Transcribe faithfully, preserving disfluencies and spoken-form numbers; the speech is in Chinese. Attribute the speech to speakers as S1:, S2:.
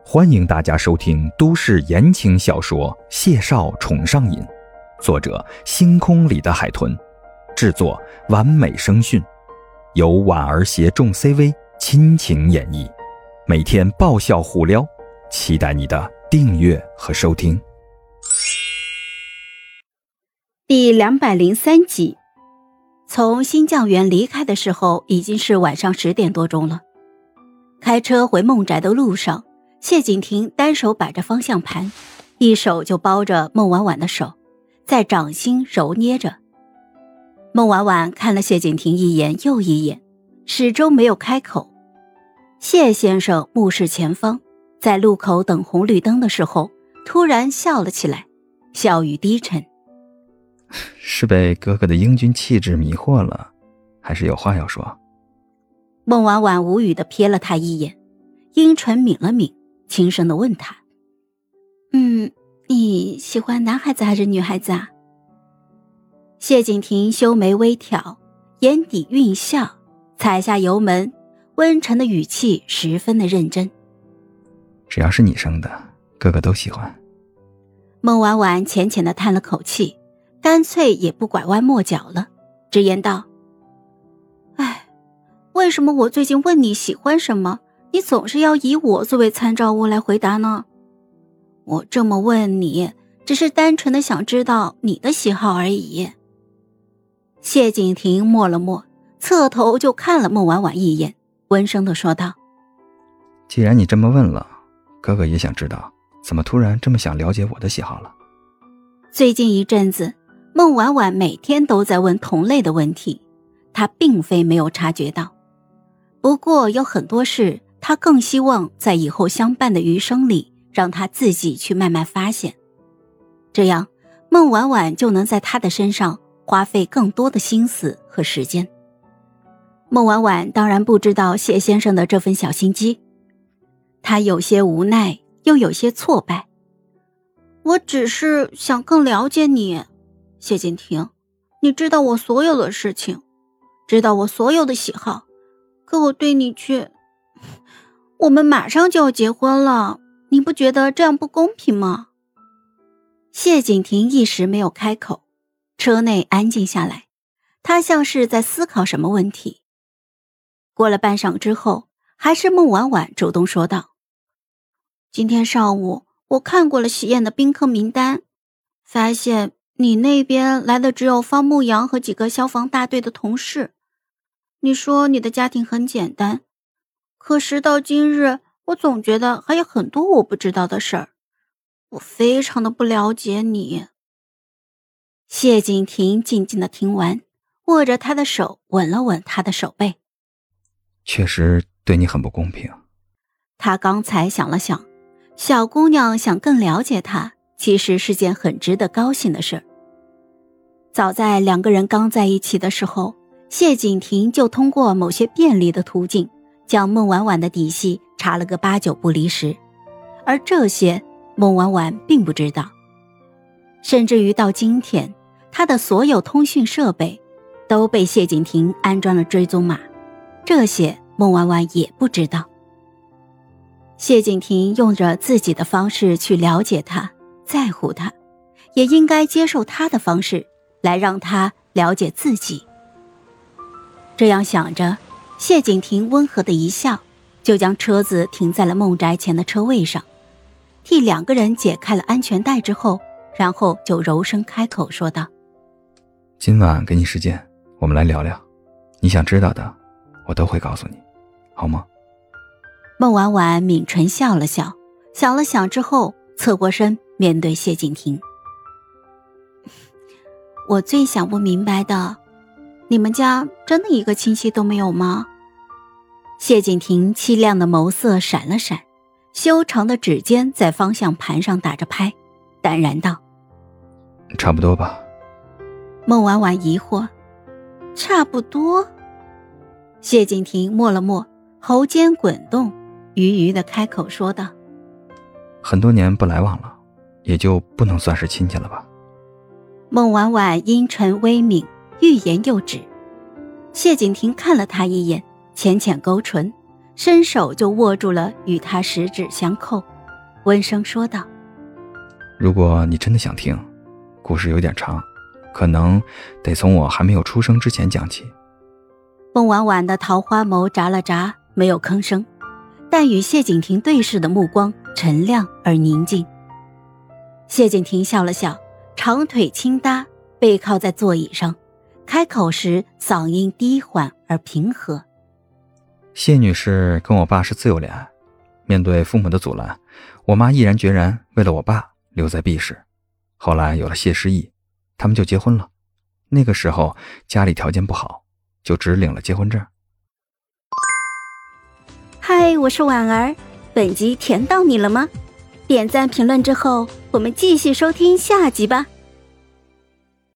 S1: 欢迎大家收听都市言情小说《谢少宠上瘾》，作者星空里的海豚，制作完美声讯，由婉儿携众 C V 亲情演绎，每天爆笑互撩，期待你的订阅和收听。
S2: 第两百零三集。从新酱园离开的时候已经是晚上十点多钟了。开车回孟宅的路上，谢景亭单手摆着方向盘，一手就包着孟婉婉的手，在掌心揉捏着。孟婉婉看了谢景亭一眼又一眼，始终没有开口。谢先生目视前方，在路口等红绿灯的时候突然笑了起来，笑语低沉。
S1: 是被哥哥的英俊气质迷惑了，还是有话要说？
S2: 孟婉婉无语地瞥了他一眼，阴唇抿了抿，轻声地问他：嗯，你喜欢男孩子还是女孩子啊？谢景亭修眉微挑，眼底蕴笑，踩下油门，温沉的语气十分的认真。
S1: 只要是你生的，哥哥都喜欢。
S2: 孟婉婉浅浅地叹了口气，干脆也不拐弯抹角了，直言道：哎，为什么我最近问你喜欢什么，你总是要以我作为参照物来回答呢？我这么问你，只是单纯的想知道你的喜好而已。谢景亭默了默，侧头就看了孟婉婉一眼，温声地说道：
S1: 既然你这么问了，哥哥也想知道，怎么突然这么想了解我的喜好了？
S2: 最近一阵子，孟婉婉每天都在问同类的问题，她并非没有察觉到。不过有很多事，她更希望在以后相伴的余生里，让她自己去慢慢发现。这样，孟婉婉就能在她的身上花费更多的心思和时间。孟婉婉当然不知道谢先生的这份小心机，她有些无奈，又有些挫败。我只是想更了解你，谢景亭，你知道我所有的事情，知道我所有的喜好，可我对你却……我们马上就要结婚了，你不觉得这样不公平吗？谢景亭一时没有开口，车内安静下来，他像是在思考什么问题。过了半晌之后，还是孟婉婉主动说道：今天上午我看过了喜宴的宾客名单，发现你那边来的只有方牧阳和几个消防大队的同事。你说你的家庭很简单，可时到今日，我总觉得还有很多我不知道的事儿。我非常的不了解你。谢景亭静静地听完，握着他的手吻了吻他的手背。
S1: 确实对你很不公平。
S2: 他刚才想了想，小姑娘想更了解他，其实是件很值得高兴的事。早在两个人刚在一起的时候，谢景亭就通过某些便利的途径，将孟婉婉的底细查了个八九不离十，而这些孟婉婉并不知道。甚至于到今天，她的所有通讯设备都被谢景亭安装了追踪码，这些孟婉婉也不知道。谢景亭用着自己的方式去了解他，在乎他，也应该接受他的方式来让他了解自己。这样想着，谢景亭温和的一笑，就将车子停在了孟宅前的车位上，替两个人解开了安全带之后，然后就柔声开口说道：
S1: 今晚给你时间，我们来聊聊，你想知道的我都会告诉你，好吗？
S2: 孟婉婉抿唇笑了笑，想了想之后，侧过身面对谢景亭：我最想不明白的，你们家真的一个亲戚都没有吗？谢景亭凄亮的眸色闪了闪，修长的指尖在方向盘上打着拍，淡然道：
S1: 差不多吧。
S2: 孟婉婉疑惑：差不多？谢景亭默了默，喉间滚动，余余的开口说道：
S1: 很多年不来往了，也就不能算是亲戚了吧。
S2: 孟婉婉阴沉微抿，欲言又止。谢景亭看了他一眼，浅浅勾唇，伸手就握住了与他十指相扣， 温声说道：
S1: 如果你真的想听，故事有点长，可能得从我还没有出生之前讲起。
S2: 孟婉婉的桃花眸眨了眨，没有吭声，但与谢景亭对视的目光沉亮而宁静。谢景亭笑了笑，长腿轻搭，背靠在座椅上，开口时嗓音低缓而平和。
S1: 谢女士跟我爸是自由恋爱，面对父母的阻拦，我妈毅然决然为了我爸留在 B 市。后来有了谢师义，他们就结婚了。那个时候家里条件不好，就只领了结婚证。
S2: 嗨，我是婉儿，本集甜到你了吗？点赞评论之后，我们继续收听下集吧。